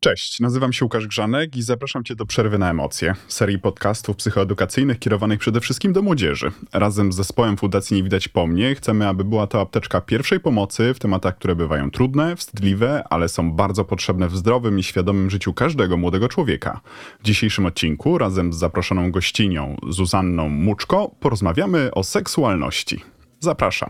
Cześć, nazywam się Łukasz Grzanek i zapraszam Cię do Przerwy na emocje, serii podcastów psychoedukacyjnych kierowanych przede wszystkim do młodzieży. Razem z zespołem Fundacji Nie Widać Po Mnie chcemy, aby była to apteczka pierwszej pomocy w tematach, które bywają trudne, wstydliwe, ale są bardzo potrzebne w zdrowym i świadomym życiu każdego młodego człowieka. W dzisiejszym odcinku razem z zaproszoną gościnią Zuzanną Muczko porozmawiamy o seksualności. Zapraszam.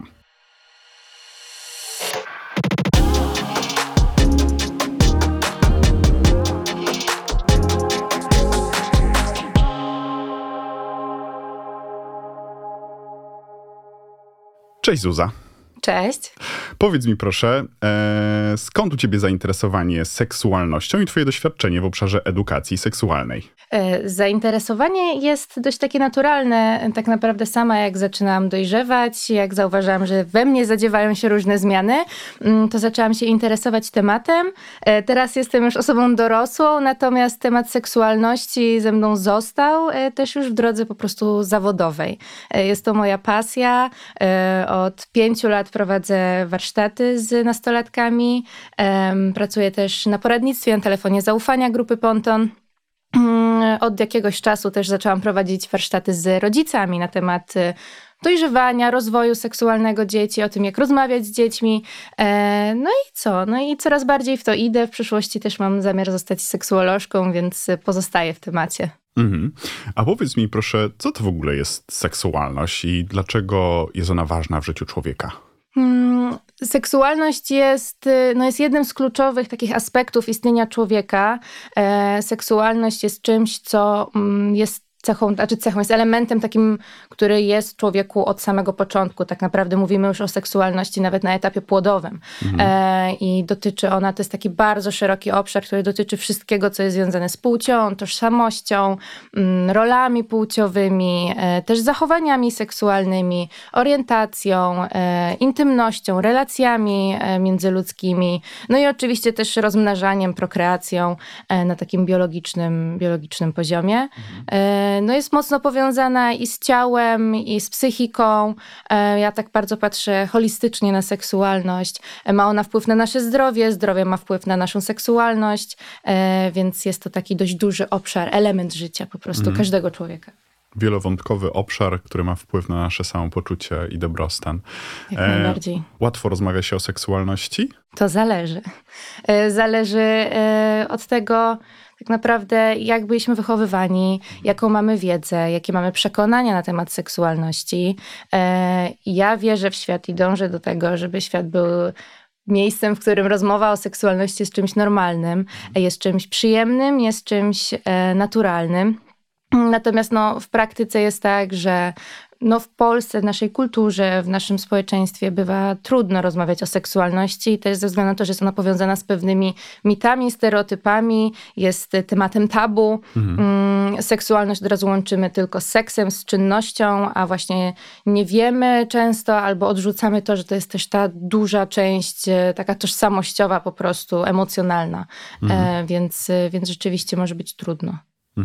Cześć Zuza. Cześć. Powiedz mi proszę, skąd u Ciebie zainteresowanie seksualnością i Twoje doświadczenie w obszarze edukacji seksualnej? Zainteresowanie jest dość takie naturalne. Tak naprawdę sama jak zaczynałam dojrzewać, jak zauważyłam, że we mnie zadziewają się różne zmiany, to zaczęłam się interesować tematem. Teraz jestem już osobą dorosłą, natomiast temat seksualności ze mną został też już w drodze po prostu zawodowej. Jest to moja pasja. Od 5 lat prowadzę warsztaty z nastolatkami. Pracuję też na poradnictwie, na telefonie zaufania grupy Ponton. Od jakiegoś czasu też zaczęłam prowadzić warsztaty z rodzicami na temat dojrzewania, rozwoju seksualnego dzieci, o tym jak rozmawiać z dziećmi. No i co? No i coraz bardziej w to idę. W przyszłości też mam zamiar zostać seksuolożką, więc pozostaję w temacie. Mhm. A powiedz mi proszę, co to w ogóle jest seksualność i dlaczego jest ona ważna w życiu człowieka? Seksualność jest jednym z kluczowych takich aspektów istnienia człowieka. Seksualność jest czymś, co jest cechą jest elementem takim, który jest w człowieku od samego początku. Tak naprawdę mówimy już o seksualności nawet na etapie płodowym. I dotyczy ona, to jest taki bardzo szeroki obszar, który dotyczy wszystkiego, co jest związane z płcią, tożsamością, rolami płciowymi, też zachowaniami seksualnymi, orientacją, intymnością, relacjami międzyludzkimi, no i oczywiście też rozmnażaniem, prokreacją na takim biologicznym poziomie. No jest mocno powiązana i z ciałem, i z psychiką. Ja tak bardzo patrzę holistycznie na seksualność. Ma ona wpływ na nasze zdrowie ma wpływ na naszą seksualność, więc jest to taki dość duży obszar, element życia po prostu każdego człowieka. Wielowątkowy obszar, który ma wpływ na nasze samopoczucie i dobrostan. Jak najbardziej. Łatwo rozmawia się o seksualności? To zależy. Zależy od tego, tak naprawdę jak byliśmy wychowywani, jaką mamy wiedzę, jakie mamy przekonania na temat seksualności. Ja wierzę w świat i dążę do tego, żeby świat był miejscem, w którym rozmowa o seksualności jest czymś normalnym, jest czymś przyjemnym, jest czymś naturalnym. Natomiast w praktyce jest tak, że w Polsce, w naszej kulturze, w naszym społeczeństwie bywa trudno rozmawiać o seksualności i też ze względu na to, że jest ona powiązana z pewnymi mitami, stereotypami, jest tematem tabu. Seksualność od razu łączymy tylko z seksem, z czynnością, a właśnie nie wiemy często albo odrzucamy to, że to jest też ta duża część, taka tożsamościowa po prostu, emocjonalna. Więc rzeczywiście może być trudno.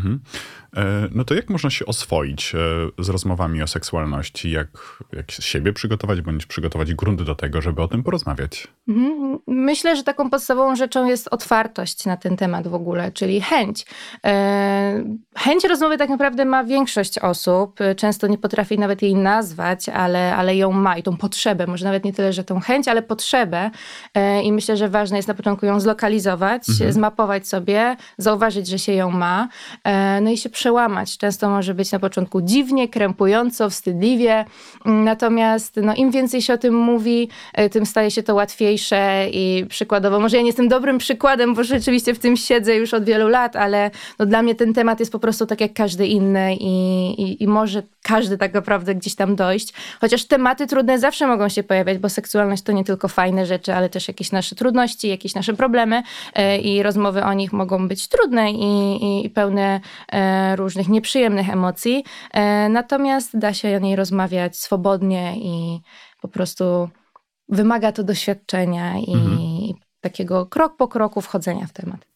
No to jak można się oswoić z rozmowami o seksualności? Jak siebie przygotować, bądź przygotować grunt do tego, żeby o tym porozmawiać? Myślę, że taką podstawową rzeczą jest otwartość na ten temat w ogóle, czyli chęć. Chęć rozmowy tak naprawdę ma większość osób. Często nie potrafi nawet jej nazwać, ale ją ma i tą potrzebę. Może nawet nie tyle, że tą chęć, ale potrzebę. I myślę, że ważne jest na początku ją zlokalizować, zmapować sobie, zauważyć, że się ją ma. No i się przełamać. Często może być na początku dziwnie, krępująco, wstydliwie. Natomiast im więcej się o tym mówi, tym staje się to łatwiejsze i przykładowo, może ja nie jestem dobrym przykładem, bo rzeczywiście w tym siedzę już od wielu lat, ale dla mnie ten temat jest po prostu tak jak każdy inny i może każdy tak naprawdę gdzieś tam dojść. Chociaż tematy trudne zawsze mogą się pojawiać, bo seksualność to nie tylko fajne rzeczy, ale też jakieś nasze trudności, jakieś nasze problemy i rozmowy o nich mogą być trudne i pełne różnych nieprzyjemnych emocji. Natomiast da się o niej rozmawiać swobodnie i po prostu wymaga to doświadczenia i takiego krok po kroku wchodzenia w temat.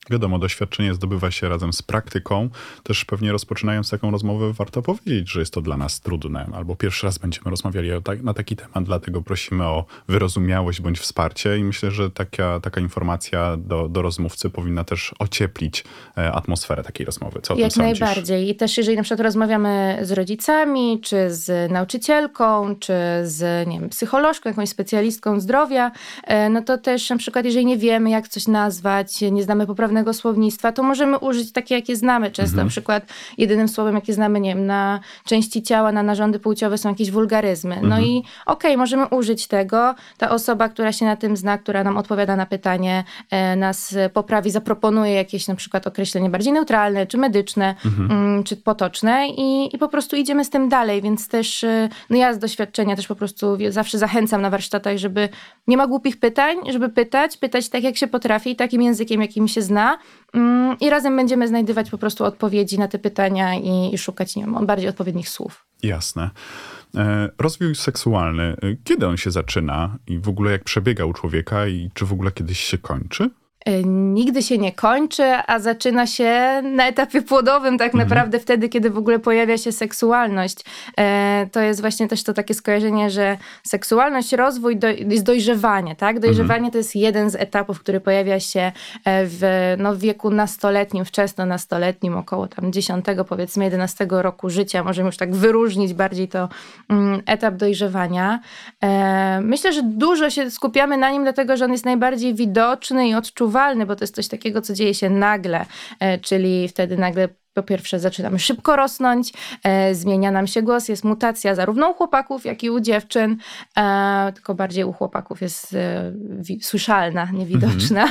Wiadomo, doświadczenie zdobywa się razem z praktyką. Też pewnie rozpoczynając taką rozmowę warto powiedzieć, że jest to dla nas trudne. Albo pierwszy raz będziemy rozmawiali na taki temat, dlatego prosimy o wyrozumiałość bądź wsparcie. I myślę, że taka informacja do rozmówcy powinna też ocieplić atmosferę takiej rozmowy. Co o tym sądzisz? Jak najbardziej. I też jeżeli na przykład rozmawiamy z rodzicami, czy z nauczycielką, czy z, nie wiem, psycholożką, jakąś specjalistką zdrowia, no to też na przykład jeżeli nie wiemy, jak coś nazwać, nie znamy poprawnego słownictwa, to możemy użyć takie, jakie znamy. Często na przykład jedynym słowem, jakie znamy, nie wiem, na części ciała, na narządy płciowe są jakieś wulgaryzmy. No i możemy użyć tego. Ta osoba, która się na tym zna, która nam odpowiada na pytanie, nas poprawi, zaproponuje jakieś na przykład określenie bardziej neutralne, czy medyczne, czy potoczne i po prostu idziemy z tym dalej, więc też no ja z doświadczenia też po prostu zawsze zachęcam na warsztatach, żeby nie ma głupich pytań, żeby pytać tak jak się potrafi, takim językiem, jakim się zna i razem będziemy znajdywać po prostu odpowiedzi na te pytania i szukać, nie wiem, bardziej odpowiednich słów. Jasne. Rozwój seksualny, kiedy on się zaczyna i w ogóle jak przebiega u człowieka i czy w ogóle kiedyś się kończy? Nigdy się nie kończy, a zaczyna się na etapie płodowym tak naprawdę wtedy, kiedy w ogóle pojawia się seksualność. To jest właśnie też to takie skojarzenie, że seksualność, rozwój jest dojrzewanie, tak? Dojrzewanie to jest jeden z etapów, który pojawia się w wieku nastoletnim, wczesno-nastoletnim, około tam 10, powiedzmy 11 roku życia. Możemy już tak wyróżnić bardziej to etap dojrzewania. Myślę, że dużo się skupiamy na nim, dlatego że on jest najbardziej widoczny i odczuwalny, bo to jest coś takiego, co dzieje się nagle, czyli wtedy nagle po pierwsze zaczynamy szybko rosnąć, zmienia nam się głos, jest mutacja zarówno u chłopaków, jak i u dziewczyn, tylko bardziej u chłopaków jest słyszalna, niewidoczna.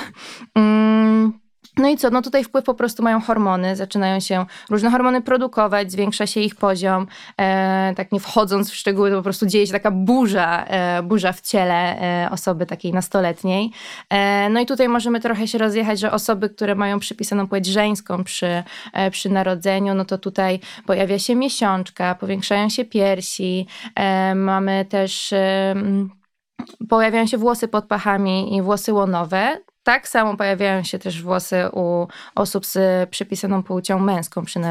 No i co? No tutaj wpływ po prostu mają hormony, zaczynają się różne hormony produkować, zwiększa się ich poziom, tak nie wchodząc w szczegóły, to po prostu dzieje się taka burza w ciele osoby takiej nastoletniej. No i tutaj możemy trochę się rozjechać, że osoby, które mają przypisaną płeć żeńską przy narodzeniu, no to tutaj pojawia się miesiączka, powiększają się piersi, mamy też, pojawiają się włosy pod pachami i włosy łonowe. Tak samo pojawiają się też włosy u osób z przypisaną płcią męską przy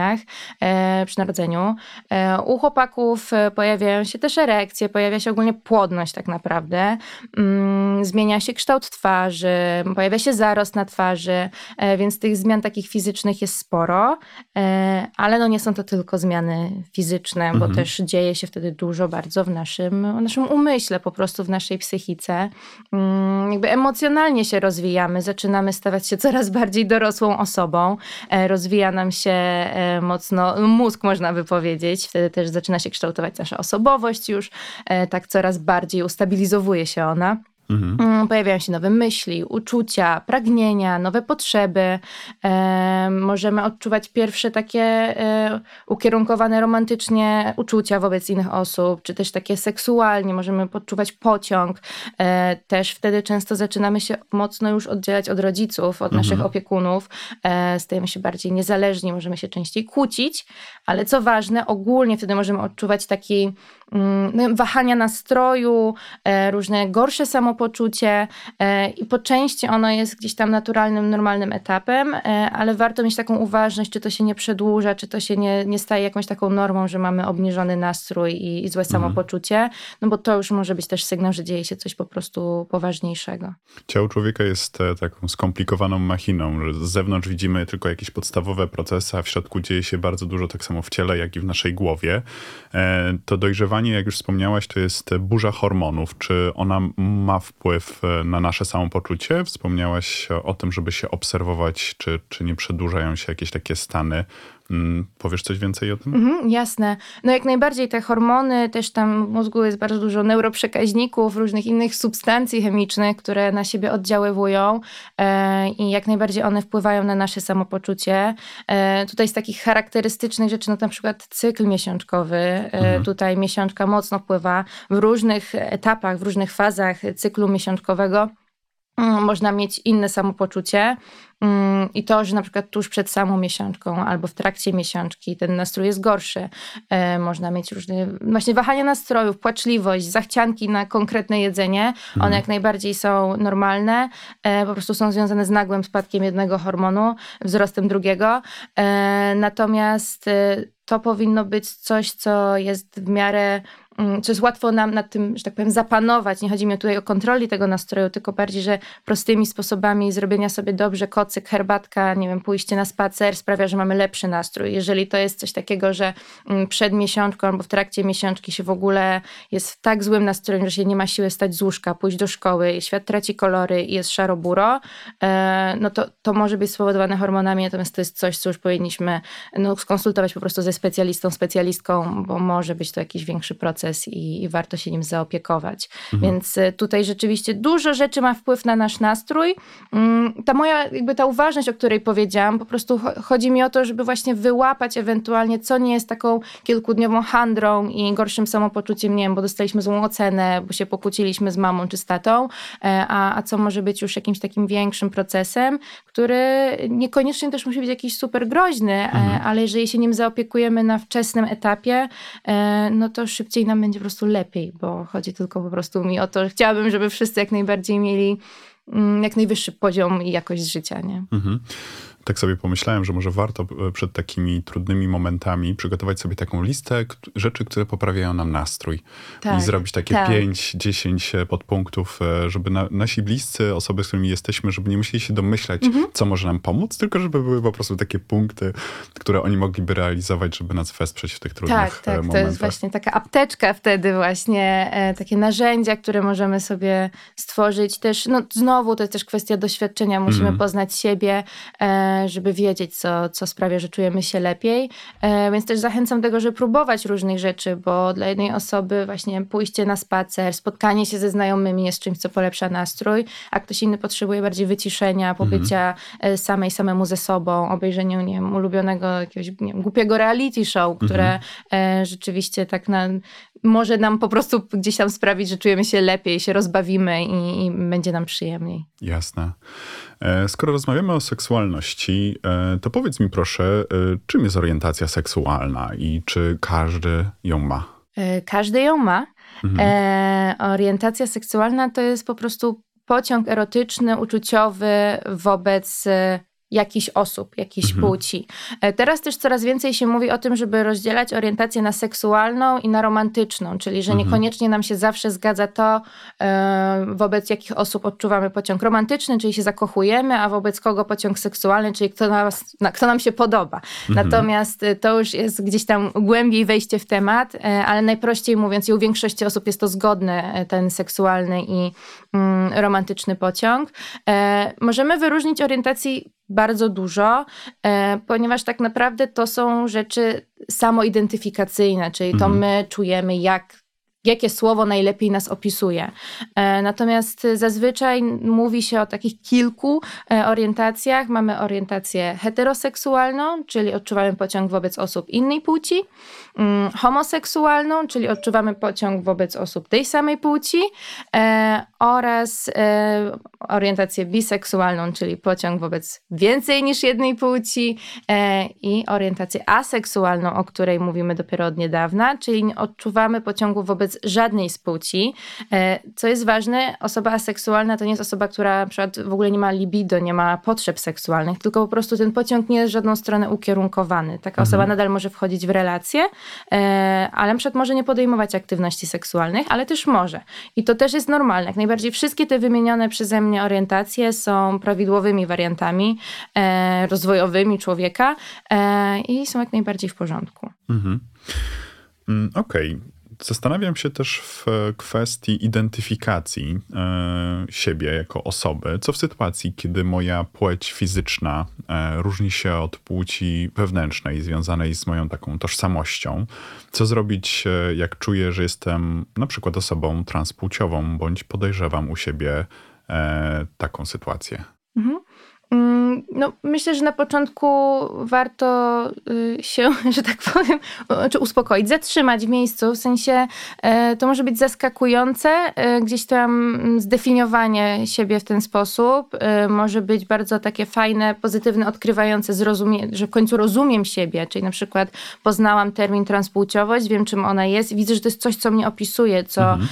narodzeniu. U chłopaków pojawiają się też erekcje, pojawia się ogólnie płodność tak naprawdę. Zmienia się kształt twarzy, pojawia się zarost na twarzy, więc tych zmian takich fizycznych jest sporo, ale no nie są to tylko zmiany fizyczne, bo też dzieje się wtedy dużo bardzo w naszym umyśle, po prostu w naszej psychice. Jakby emocjonalnie się rozwijamy, zaczynamy stawać się coraz bardziej dorosłą osobą, rozwija nam się mocno mózg, można by powiedzieć, wtedy też zaczyna się kształtować nasza osobowość już, tak coraz bardziej ustabilizowuje się ona. Pojawiają się nowe myśli, uczucia, pragnienia, nowe potrzeby. Możemy odczuwać pierwsze takie ukierunkowane romantycznie uczucia wobec innych osób, czy też takie seksualnie. Możemy poczuwać pociąg. Też wtedy często zaczynamy się mocno już oddzielać od rodziców, od naszych opiekunów. Stajemy się bardziej niezależni, możemy się częściej kłócić, ale co ważne, ogólnie wtedy możemy odczuwać taki wahania nastroju, różne gorsze samopoczucie i po części ono jest gdzieś tam naturalnym, normalnym etapem, ale warto mieć taką uważność, czy to się nie przedłuża, czy to się nie staje jakąś taką normą, że mamy obniżony nastrój i złe samopoczucie, no bo to już może być też sygnał, że dzieje się coś po prostu poważniejszego. Ciało człowieka jest taką skomplikowaną machiną, że z zewnątrz widzimy tylko jakieś podstawowe procesy, a w środku dzieje się bardzo dużo tak samo w ciele, jak i w naszej głowie. To dojrzewanie, jak już wspomniałaś, to jest burza hormonów. Czy ona ma wpływ na nasze samopoczucie? Wspomniałaś o tym, żeby się obserwować, czy nie przedłużają się jakieś takie stany. Powiesz coś więcej o tym? Jasne. No jak najbardziej te hormony, też tam w mózgu jest bardzo dużo neuroprzekaźników, różnych innych substancji chemicznych, które na siebie oddziaływują i jak najbardziej one wpływają na nasze samopoczucie. Tutaj z takich charakterystycznych rzeczy, no na przykład cykl miesiączkowy. Tutaj miesiączka mocno wpływa w różnych etapach, w różnych fazach cyklu miesiączkowego. można mieć inne samopoczucie i to, że na przykład tuż przed samą miesiączką albo w trakcie miesiączki ten nastrój jest gorszy. Można mieć różne właśnie wahania nastrojów, płaczliwość, zachcianki na konkretne jedzenie. One jak najbardziej są normalne, po prostu są związane z nagłym spadkiem jednego hormonu, wzrostem drugiego. Natomiast to powinno być coś, co jest w miarę, co jest łatwo nam nad tym, że tak powiem, zapanować. Nie chodzi mi tutaj o kontroli tego nastroju, tylko bardziej, że prostymi sposobami zrobienia sobie dobrze, kocyk, herbatka, nie wiem, pójście na spacer sprawia, że mamy lepszy nastrój. Jeżeli to jest coś takiego, że przed miesiączką albo w trakcie miesiączki się w ogóle jest w tak złym nastroju, że się nie ma siły stać z łóżka, pójść do szkoły, świat traci kolory i jest szaro-buro, no to może być spowodowane hormonami, natomiast to jest coś, co już powinniśmy skonsultować po prostu ze specjalistką, bo może być to jakiś większy proces i warto się nim zaopiekować. Więc tutaj rzeczywiście dużo rzeczy ma wpływ na nasz nastrój. Ta uważność, o której powiedziałam, po prostu chodzi mi o to, żeby właśnie wyłapać ewentualnie, co nie jest taką kilkudniową handrą i gorszym samopoczuciem, nie wiem, bo dostaliśmy złą ocenę, bo się pokłóciliśmy z mamą czy z tatą, a co może być już jakimś takim większym procesem, który niekoniecznie też musi być jakiś super groźny, ale jeżeli się nim zaopiekujemy na wczesnym etapie, no to szybciej nam będzie po prostu lepiej, bo chodzi tylko po prostu mi o to, że chciałabym, żeby wszyscy jak najbardziej mieli jak najwyższy poziom i jakość życia, nie? Tak sobie pomyślałem, że może warto przed takimi trudnymi momentami przygotować sobie taką listę rzeczy, które poprawiają nam nastrój. I zrobić takie 5-10 podpunktów, żeby nasi bliscy, osoby, z którymi jesteśmy, żeby nie musieli się domyślać, co może nam pomóc, tylko żeby były po prostu takie punkty, które oni mogliby realizować, żeby nas wesprzeć w tych trudnych momentach. To jest właśnie taka apteczka wtedy właśnie, takie narzędzia, które możemy sobie stworzyć. Też, znowu to jest też kwestia doświadczenia. Musimy poznać siebie, żeby wiedzieć, co sprawia, że czujemy się lepiej. Więc też zachęcam do tego, żeby próbować różnych rzeczy, bo dla jednej osoby właśnie pójście na spacer, spotkanie się ze znajomymi jest czymś, co polepsza nastrój, a ktoś inny potrzebuje bardziej wyciszenia, pobycia samemu ze sobą, obejrzenia, nie wiem, ulubionego jakiegoś, nie wiem, głupiego reality show, które rzeczywiście tak może nam po prostu gdzieś tam sprawić, że czujemy się lepiej, się rozbawimy i będzie nam przyjemniej. Jasne. Skoro rozmawiamy o seksualności, to powiedz mi proszę, czym jest orientacja seksualna i czy każdy ją ma? Każdy ją ma. Orientacja seksualna to jest po prostu pociąg erotyczny, uczuciowy wobec jakichś osób, jakiejś płci. Teraz też coraz więcej się mówi o tym, żeby rozdzielać orientację na seksualną i na romantyczną, czyli że niekoniecznie nam się zawsze zgadza to, wobec jakich osób odczuwamy pociąg romantyczny, czyli się zakochujemy, a wobec kogo pociąg seksualny, czyli kto nam się podoba. Natomiast to już jest gdzieś tam głębiej wejście w temat, ale najprościej mówiąc, i u większości osób jest to zgodny, ten seksualny i romantyczny pociąg. Możemy wyróżnić orientacji bardzo dużo, ponieważ tak naprawdę to są rzeczy samoidentyfikacyjne, czyli to my czujemy, jakie słowo najlepiej nas opisuje. Natomiast zazwyczaj mówi się o takich kilku orientacjach. Mamy orientację heteroseksualną, czyli odczuwamy pociąg wobec osób innej płci, homoseksualną, czyli odczuwamy pociąg wobec osób tej samej płci, oraz orientację biseksualną, czyli pociąg wobec więcej niż jednej płci, i orientację aseksualną, o której mówimy dopiero od niedawna, czyli nie odczuwamy pociągu wobec żadnej z płci. Co jest ważne, osoba aseksualna to nie jest osoba, która na przykład w ogóle nie ma libido, nie ma potrzeb seksualnych, tylko po prostu ten pociąg nie jest w żadną stronę ukierunkowany. Taka osoba nadal może wchodzić w relacje, ale na przykład może nie podejmować aktywności seksualnych, ale też może. I to też jest normalne. Jak najbardziej wszystkie te wymienione przeze mnie orientacje są prawidłowymi wariantami rozwojowymi człowieka i są jak najbardziej w porządku. Okej. Zastanawiam się też w kwestii identyfikacji siebie jako osoby. Co w sytuacji, kiedy moja płeć fizyczna różni się od płci wewnętrznej, związanej z moją taką tożsamością? Co zrobić, jak czuję, że jestem na przykład osobą transpłciową, bądź podejrzewam u siebie taką sytuację? No, myślę, że na początku warto się, że tak powiem, czy uspokoić, zatrzymać w miejscu. W sensie to może być zaskakujące, gdzieś tam zdefiniowanie siebie w ten sposób. Może być bardzo takie fajne, pozytywne, odkrywające, że w końcu rozumiem siebie. Czyli na przykład poznałam termin transpłciowość, wiem czym ona jest. Widzę, że to jest coś, co mnie opisuje,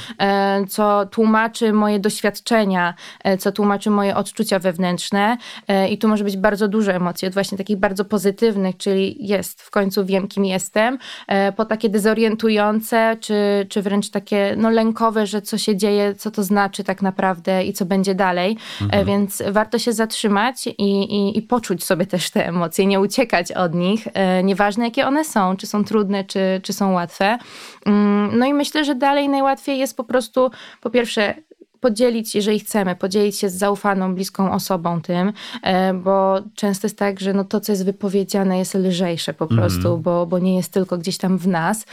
co tłumaczy moje doświadczenia, co tłumaczy moje odczucia wewnętrzne. I tu może być bardzo dużo emocji, od właśnie takich bardzo pozytywnych, czyli w końcu wiem, kim jestem, po takie dezorientujące, czy wręcz takie lękowe, że co się dzieje, co to znaczy tak naprawdę i co będzie dalej. Więc warto się zatrzymać i poczuć sobie też te emocje, nie uciekać od nich, nieważne jakie one są, czy są trudne, czy są łatwe. No i myślę, że dalej najłatwiej jest po prostu, po pierwsze, jeżeli chcemy, podzielić się z zaufaną, bliską osobą tym, bo często jest tak, że to, co jest wypowiedziane, jest lżejsze po prostu, bo nie jest tylko gdzieś tam w nas.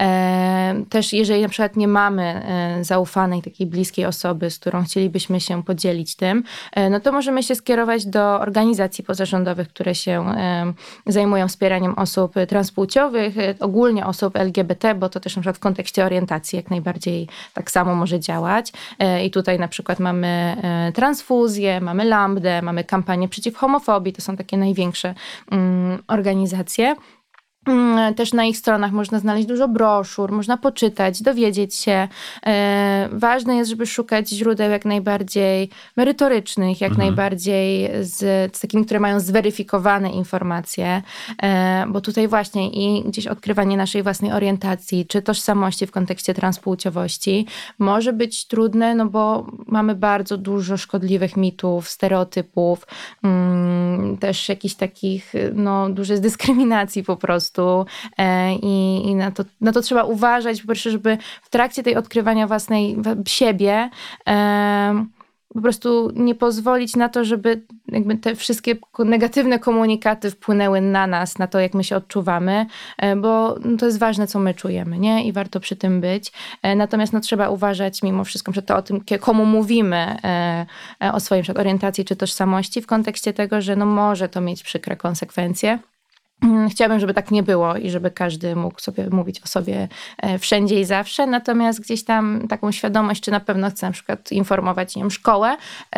Też jeżeli na przykład nie mamy zaufanej, takiej bliskiej osoby, z którą chcielibyśmy się podzielić tym, to możemy się skierować do organizacji pozarządowych, które się zajmują wspieraniem osób transpłciowych, ogólnie osób LGBT, bo to też na przykład w kontekście orientacji jak najbardziej tak samo może działać. I tutaj na przykład mamy transfuzję, mamy Lambdę, mamy kampanię przeciw homofobii. To są takie największe organizacje. Też na ich stronach można znaleźć dużo broszur, można poczytać, dowiedzieć się. Ważne jest, żeby szukać źródeł jak najbardziej merytorycznych, jak najbardziej z takimi, które mają zweryfikowane informacje, bo tutaj właśnie i gdzieś odkrywanie naszej własnej orientacji, czy tożsamości w kontekście transpłciowości może być trudne, bo mamy bardzo dużo szkodliwych mitów, stereotypów, też jakichś takich, dużej dyskryminacji po prostu. I na to trzeba uważać, po pierwsze, żeby w trakcie tej odkrywania własnej siebie po prostu nie pozwolić na to, żeby jakby te wszystkie negatywne komunikaty wpłynęły na nas, na to, jak my się odczuwamy, bo to jest ważne, co my czujemy, nie? I warto przy tym być. Natomiast trzeba uważać mimo wszystko, że to o tym, komu mówimy, o swojej orientacji czy tożsamości, w kontekście tego, że może to mieć przykre konsekwencje. Chciałabym, żeby tak nie było i żeby każdy mógł sobie mówić o sobie wszędzie i zawsze, natomiast gdzieś tam taką świadomość, czy na pewno chcę na przykład informować, szkołę,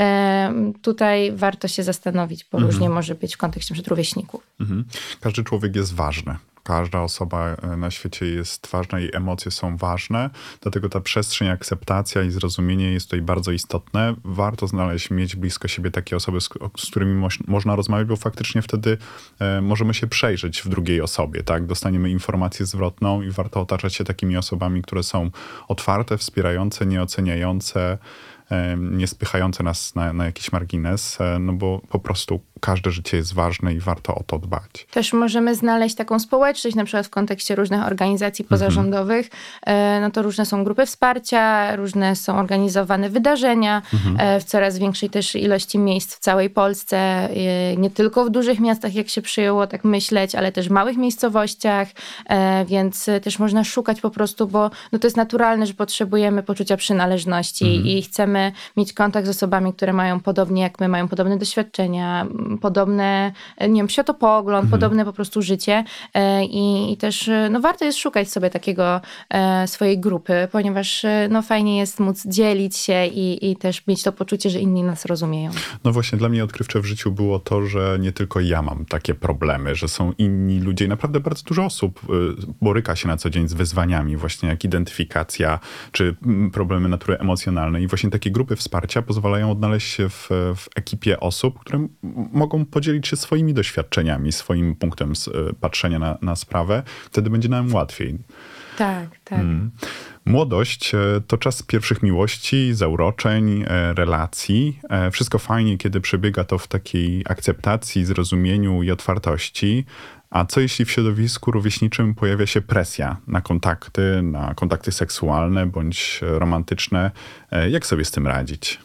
tutaj warto się zastanowić, bo różnie może być w kontekście rówieśników. Każdy człowiek jest ważny. Każda osoba na świecie jest ważna i emocje są ważne, dlatego ta przestrzeń, akceptacja i zrozumienie jest tutaj bardzo istotne. Warto mieć blisko siebie takie osoby, z którymi można rozmawiać, bo faktycznie wtedy możemy się przejrzeć w drugiej osobie, tak? Dostaniemy informację zwrotną i warto otaczać się takimi osobami, które są otwarte, wspierające, nieoceniające, nie spychające nas na jakiś margines, bo po prostu każde życie jest ważne i warto o to dbać. Też możemy znaleźć taką społeczność, na przykład w kontekście różnych organizacji pozarządowych. To różne są grupy wsparcia, różne są organizowane wydarzenia w coraz większej też ilości miejsc w całej Polsce. Nie tylko w dużych miastach, jak się przyjęło tak myśleć, ale też w małych miejscowościach, więc też można szukać po prostu, bo to jest naturalne, że potrzebujemy poczucia przynależności i chcemy mieć kontakt z osobami, które mają podobnie jak my, mają podobne doświadczenia, podobne, światopogląd, podobne po prostu życie i też warto jest szukać sobie takiego swojej grupy, ponieważ fajnie jest móc dzielić się i też mieć to poczucie, że inni nas rozumieją. No właśnie, dla mnie odkrywcze w życiu było to, że nie tylko ja mam takie problemy, że są inni ludzie i naprawdę bardzo dużo osób boryka się na co dzień z wyzwaniami, właśnie jak identyfikacja, czy problemy natury emocjonalnej i właśnie takie grupy wsparcia pozwalają odnaleźć się w ekipie osób, które mogą podzielić się swoimi doświadczeniami, swoim punktem patrzenia na sprawę. Wtedy będzie nam łatwiej. Tak. Młodość to czas pierwszych miłości, zauroczeń, relacji. Wszystko fajnie, kiedy przebiega to w takiej akceptacji, zrozumieniu i otwartości. A co jeśli w środowisku rówieśniczym pojawia się presja na kontakty seksualne bądź romantyczne? Jak sobie z tym radzić?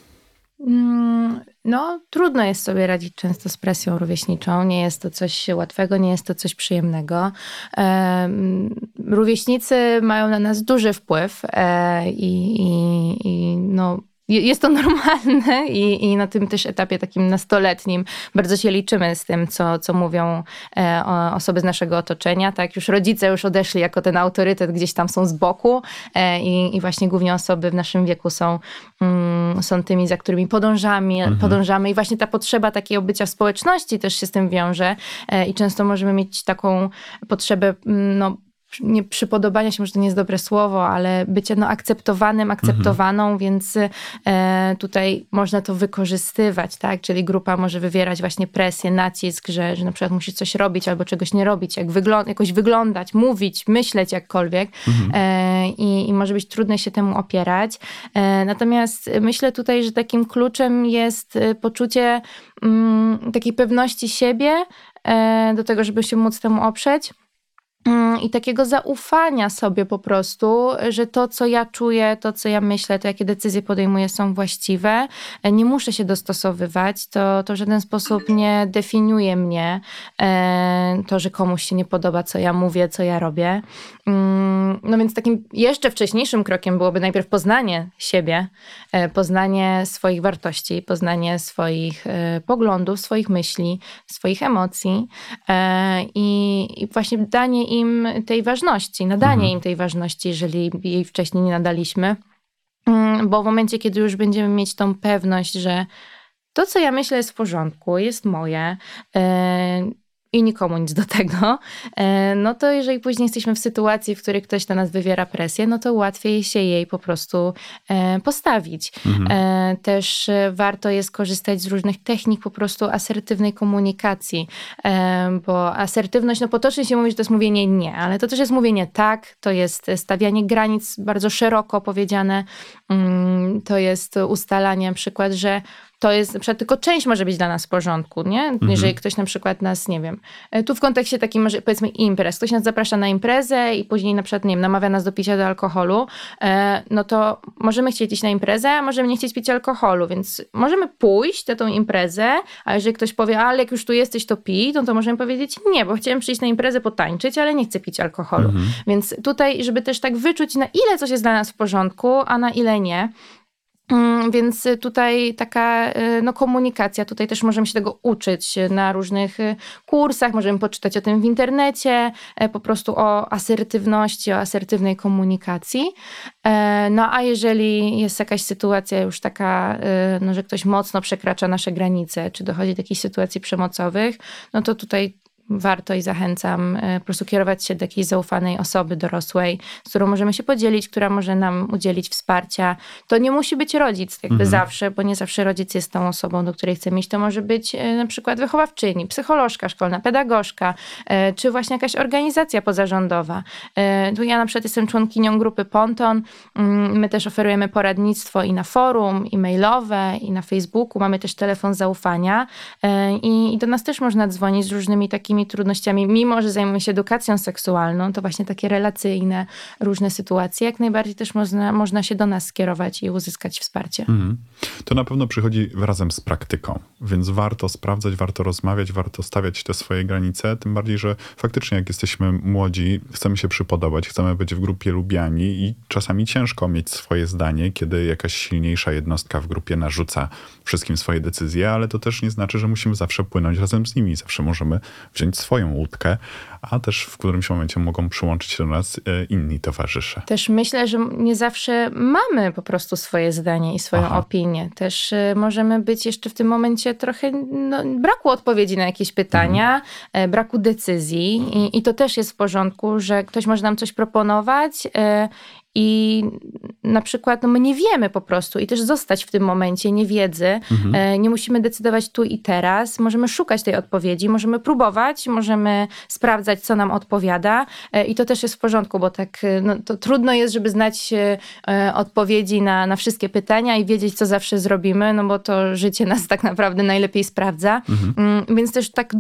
Trudno jest sobie radzić często z presją rówieśniczą. Nie jest to coś łatwego, nie jest to coś przyjemnego. Rówieśnicy mają na nas duży wpływ i jest to normalne i na tym też etapie takim nastoletnim bardzo się liczymy z tym, co mówią osoby z naszego otoczenia. Tak, już rodzice już odeszli jako ten autorytet, gdzieś tam są z boku i właśnie głównie osoby w naszym wieku są tymi, za którymi podążamy i właśnie ta potrzeba takiego bycia w społeczności też się z tym wiąże i często możemy mieć taką potrzebę, nie przypodobania się, może to nie jest dobre słowo, ale bycie akceptowanym, akceptowaną, więc tutaj można to wykorzystywać, tak? Czyli grupa może wywierać właśnie presję, nacisk, że na przykład musi coś robić albo czegoś nie robić, jakoś wyglądać, mówić, myśleć jakkolwiek i może być trudno się temu opierać. Natomiast myślę tutaj, że takim kluczem jest poczucie takiej pewności siebie do tego, żeby się móc temu oprzeć. I takiego zaufania sobie po prostu, że to, co ja czuję, to, co ja myślę, to jakie decyzje podejmuję są właściwe. Nie muszę się dostosowywać. To w żaden sposób nie definiuje mnie. To, że komuś się nie podoba, co ja mówię, co ja robię. No więc takim jeszcze wcześniejszym krokiem byłoby najpierw poznanie siebie, poznanie swoich wartości, poznanie swoich poglądów, swoich myśli, swoich emocji i właśnie danie im tej ważności, nadanie im tej ważności, jeżeli jej wcześniej nie nadaliśmy. Bo w momencie, kiedy już będziemy mieć tą pewność, że to, co ja myślę, jest w porządku, jest moje i nikomu nic do tego, no to jeżeli później jesteśmy w sytuacji, w której ktoś na nas wywiera presję, no to łatwiej się jej po prostu postawić. Też warto jest korzystać z różnych technik po prostu asertywnej komunikacji, bo asertywność, potocznie się mówi, że to jest mówienie nie, ale to też jest mówienie tak, to jest stawianie granic bardzo szeroko powiedziane, to jest ustalanie na przykład, że to jest, na przykład tylko część może być dla nas w porządku, nie? Jeżeli ktoś na przykład nas, nie wiem, tu w kontekście takim może powiedzmy imprez, ktoś nas zaprasza na imprezę i później na przykład, nie wiem, namawia nas do picia do alkoholu, no to możemy chcieć iść na imprezę, a możemy nie chcieć pić alkoholu, więc możemy pójść na tą imprezę, a jeżeli ktoś powie, ale jak już tu jesteś, to pij, to możemy powiedzieć nie, bo chciałem przyjść na imprezę potańczyć, ale nie chcę pić alkoholu. Więc tutaj, żeby też tak wyczuć, na ile coś jest dla nas w porządku, a na ile nie. Więc tutaj taka komunikacja, tutaj też możemy się tego uczyć na różnych kursach, możemy poczytać o tym w internecie, po prostu o asertywności, o asertywnej komunikacji. No a jeżeli jest jakaś sytuacja już taka, że ktoś mocno przekracza nasze granice, czy dochodzi do jakichś sytuacji przemocowych, no to tutaj warto i zachęcam po prostu kierować się do jakiejś zaufanej osoby dorosłej, z którą możemy się podzielić, która może nam udzielić wsparcia. To nie musi być rodzic jakby zawsze, bo nie zawsze rodzic jest tą osobą, do której chcemy iść. To może być na przykład wychowawczyni, psycholożka szkolna, pedagogzka, czy właśnie jakaś organizacja pozarządowa. Tu ja na przykład jestem członkinią grupy Ponton. My też oferujemy poradnictwo i na forum, i mailowe, i na Facebooku. Mamy też telefon zaufania i do nas też można dzwonić z różnymi takimi trudnościami, mimo że zajmujemy się edukacją seksualną, to właśnie takie relacyjne różne sytuacje, jak najbardziej też można się do nas skierować i uzyskać wsparcie. To na pewno przychodzi razem z praktyką, więc warto sprawdzać, warto rozmawiać, warto stawiać te swoje granice, tym bardziej, że faktycznie jak jesteśmy młodzi, chcemy się przypodobać, chcemy być w grupie lubiani i czasami ciężko mieć swoje zdanie, kiedy jakaś silniejsza jednostka w grupie narzuca wszystkim swoje decyzje, ale to też nie znaczy, że musimy zawsze płynąć razem z nimi. Zawsze możemy wziąć swoją łódkę, a też w którymś momencie mogą przyłączyć się do nas inni towarzysze. Też myślę, że nie zawsze mamy po prostu swoje zdanie i swoją opinię. Też możemy być jeszcze w tym momencie trochę braku odpowiedzi na jakieś pytania, braku decyzji i to też jest w porządku, że ktoś może nam coś proponować i na przykład my nie wiemy po prostu i też zostać w tym momencie niewiedzy. Nie musimy decydować tu i teraz. Możemy szukać tej odpowiedzi, możemy próbować, możemy sprawdzać, co nam odpowiada i to też jest w porządku, bo tak to trudno jest, żeby znać odpowiedzi na wszystkie pytania i wiedzieć, co zawsze zrobimy, no bo to życie nas tak naprawdę najlepiej sprawdza. Więc też tak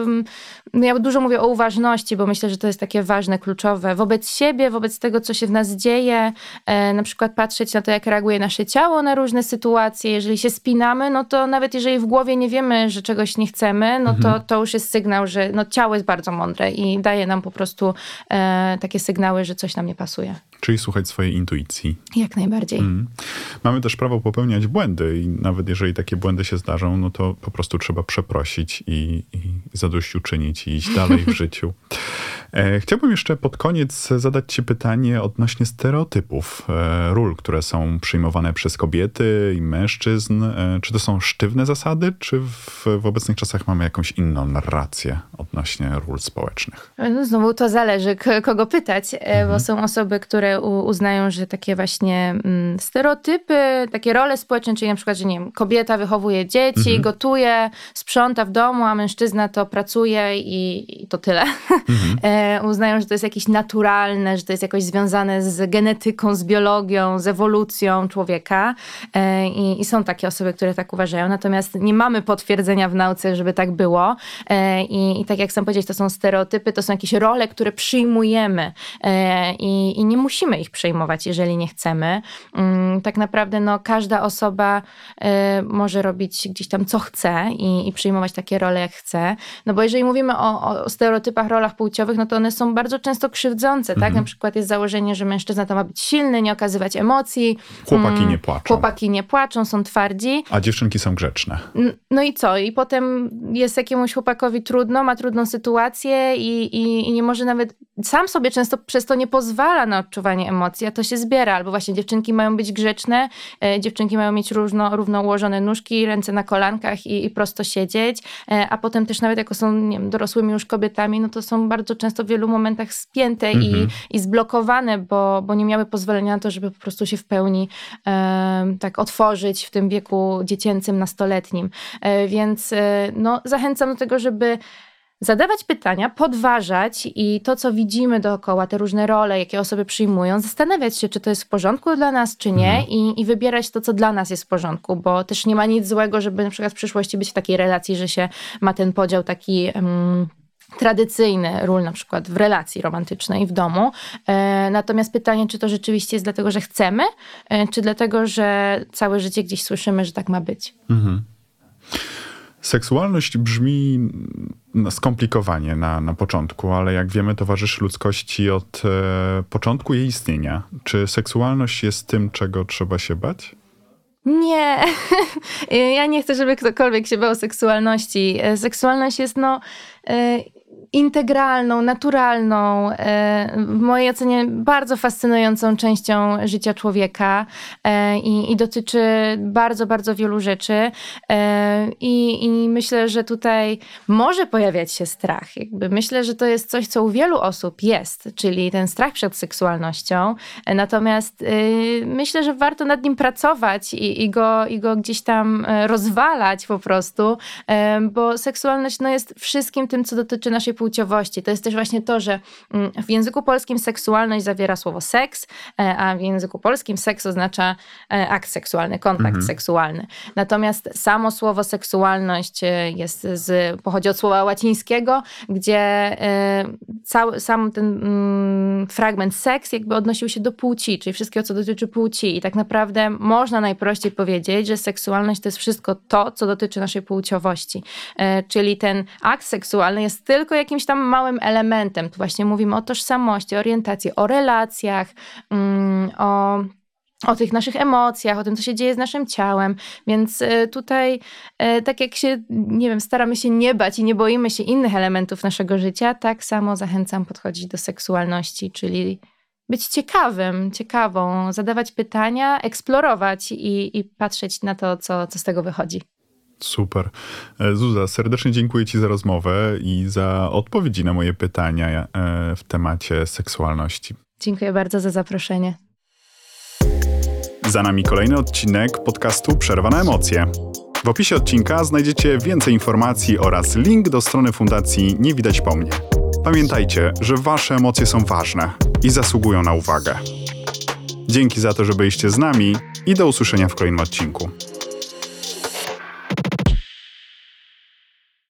ja dużo mówię o uważności, bo myślę, że to jest takie ważne, kluczowe wobec siebie, wobec tego, co się w nas dzieje, na przykład patrzeć na to, jak reaguje nasze ciało na różne sytuacje. Jeżeli się spinamy, no to nawet jeżeli w głowie nie wiemy, że czegoś nie chcemy, no to już jest sygnał, że no, ciało jest bardzo mądre i daje nam po prostu takie sygnały, że coś nam nie pasuje. Czyli słuchać swojej intuicji. Jak najbardziej. Mamy też prawo popełniać błędy i nawet jeżeli takie błędy się zdarzą, no to po prostu trzeba przeprosić i zadośćuczynić i iść dalej w życiu. Chciałbym jeszcze pod koniec zadać ci pytanie odnośnie stereotypów, ról, które są przyjmowane przez kobiety i mężczyzn. Czy to są sztywne zasady, czy w obecnych czasach mamy jakąś inną narrację odnośnie ról społecznych? No znowu to zależy, kogo pytać, bo są osoby, które uznają, że takie właśnie stereotypy, takie role społeczne, czyli na przykład, że nie wiem, kobieta wychowuje dzieci, gotuje, sprząta w domu, a mężczyzna to pracuje i to tyle. Uznają, że to jest jakieś naturalne, że to jest jakoś związane z genetyką, z biologią, z ewolucją człowieka. I są takie osoby, które tak uważają. Natomiast nie mamy potwierdzenia w nauce, żeby tak było. I tak jak sam powiedziałeś, to są stereotypy, to są jakieś role, które przyjmujemy i nie musimy ich przejmować, jeżeli nie chcemy. Tak naprawdę no, każda osoba może robić gdzieś tam co chce i przyjmować takie role jak chce. No bo jeżeli mówimy o stereotypach, rolach płciowych, no to one są bardzo często krzywdzące, tak? Na przykład jest założenie, że mężczyzna to ma być silny, nie okazywać emocji. Chłopaki nie płaczą. Chłopaki nie płaczą, są twardzi. A dziewczynki są grzeczne. No i co? I potem jest jakiemuś chłopakowi trudno, ma trudną sytuację i nie może nawet, sam sobie często przez to nie pozwala na odczuwanie emocji, a to się zbiera. Albo właśnie dziewczynki mają być grzeczne, dziewczynki mają mieć równo ułożone nóżki, ręce na kolankach i prosto siedzieć, a potem też nawet jako są, nie wiem, dorosłymi już kobietami, no to są bardzo często w wielu momentach spięte i zblokowane, bo nie miały pozwolenia na to, żeby po prostu się w pełni tak otworzyć w tym wieku dziecięcym, nastoletnim. Więc no, zachęcam do tego, żeby zadawać pytania, podważać i to, co widzimy dookoła, te różne role, jakie osoby przyjmują, zastanawiać się, czy to jest w porządku dla nas, czy nie i wybierać to, co dla nas jest w porządku, bo też nie ma nic złego, żeby na przykład w przyszłości być w takiej relacji, że się ma ten podział taki tradycyjny ról na przykład w relacji romantycznej w domu. Natomiast pytanie, czy to rzeczywiście jest dlatego, że chcemy, czy dlatego, że całe życie gdzieś słyszymy, że tak ma być. Seksualność brzmi skomplikowanie na początku, ale jak wiemy, towarzyszy ludzkości od początku jej istnienia. Czy seksualność jest tym, czego trzeba się bać? Nie. Ja nie chcę, żeby ktokolwiek się bał seksualności. Seksualność jest integralną, naturalną, w mojej ocenie bardzo fascynującą częścią życia człowieka i dotyczy bardzo, bardzo wielu rzeczy i myślę, że tutaj może pojawiać się strach. Myślę, że to jest coś, co u wielu osób jest, czyli ten strach przed seksualnością, natomiast myślę, że warto nad nim pracować i go gdzieś tam rozwalać po prostu, bo seksualność jest wszystkim tym, co dotyczy naszej płciowości. To jest też właśnie to, że w języku polskim seksualność zawiera słowo seks, a w języku polskim seks oznacza akt seksualny, kontakt seksualny. Natomiast samo słowo seksualność pochodzi od słowa łacińskiego, gdzie sam ten fragment seks odnosił się do płci, czyli wszystkiego, co dotyczy płci. I tak naprawdę można najprościej powiedzieć, że seksualność to jest wszystko to, co dotyczy naszej płciowości. Czyli ten akt seksualny jest tylko jakimś tam małym elementem. Tu właśnie mówimy o tożsamości, orientacji, o relacjach, o tych naszych emocjach, o tym, co się dzieje z naszym ciałem. Więc tutaj, tak jak się, nie wiem, staramy się nie bać i nie boimy się innych elementów naszego życia, tak samo zachęcam podchodzić do seksualności, czyli być ciekawą, zadawać pytania, eksplorować i patrzeć na to, co z tego wychodzi. Super. Zuza, serdecznie dziękuję ci za rozmowę i za odpowiedzi na moje pytania w temacie seksualności. Dziękuję bardzo za zaproszenie. Za nami kolejny odcinek podcastu Przerwa na emocje. W opisie odcinka znajdziecie więcej informacji oraz link do strony Fundacji Nie Widać Po Mnie. Pamiętajcie, że wasze emocje są ważne i zasługują na uwagę. Dzięki za to, że byliście z nami i do usłyszenia w kolejnym odcinku.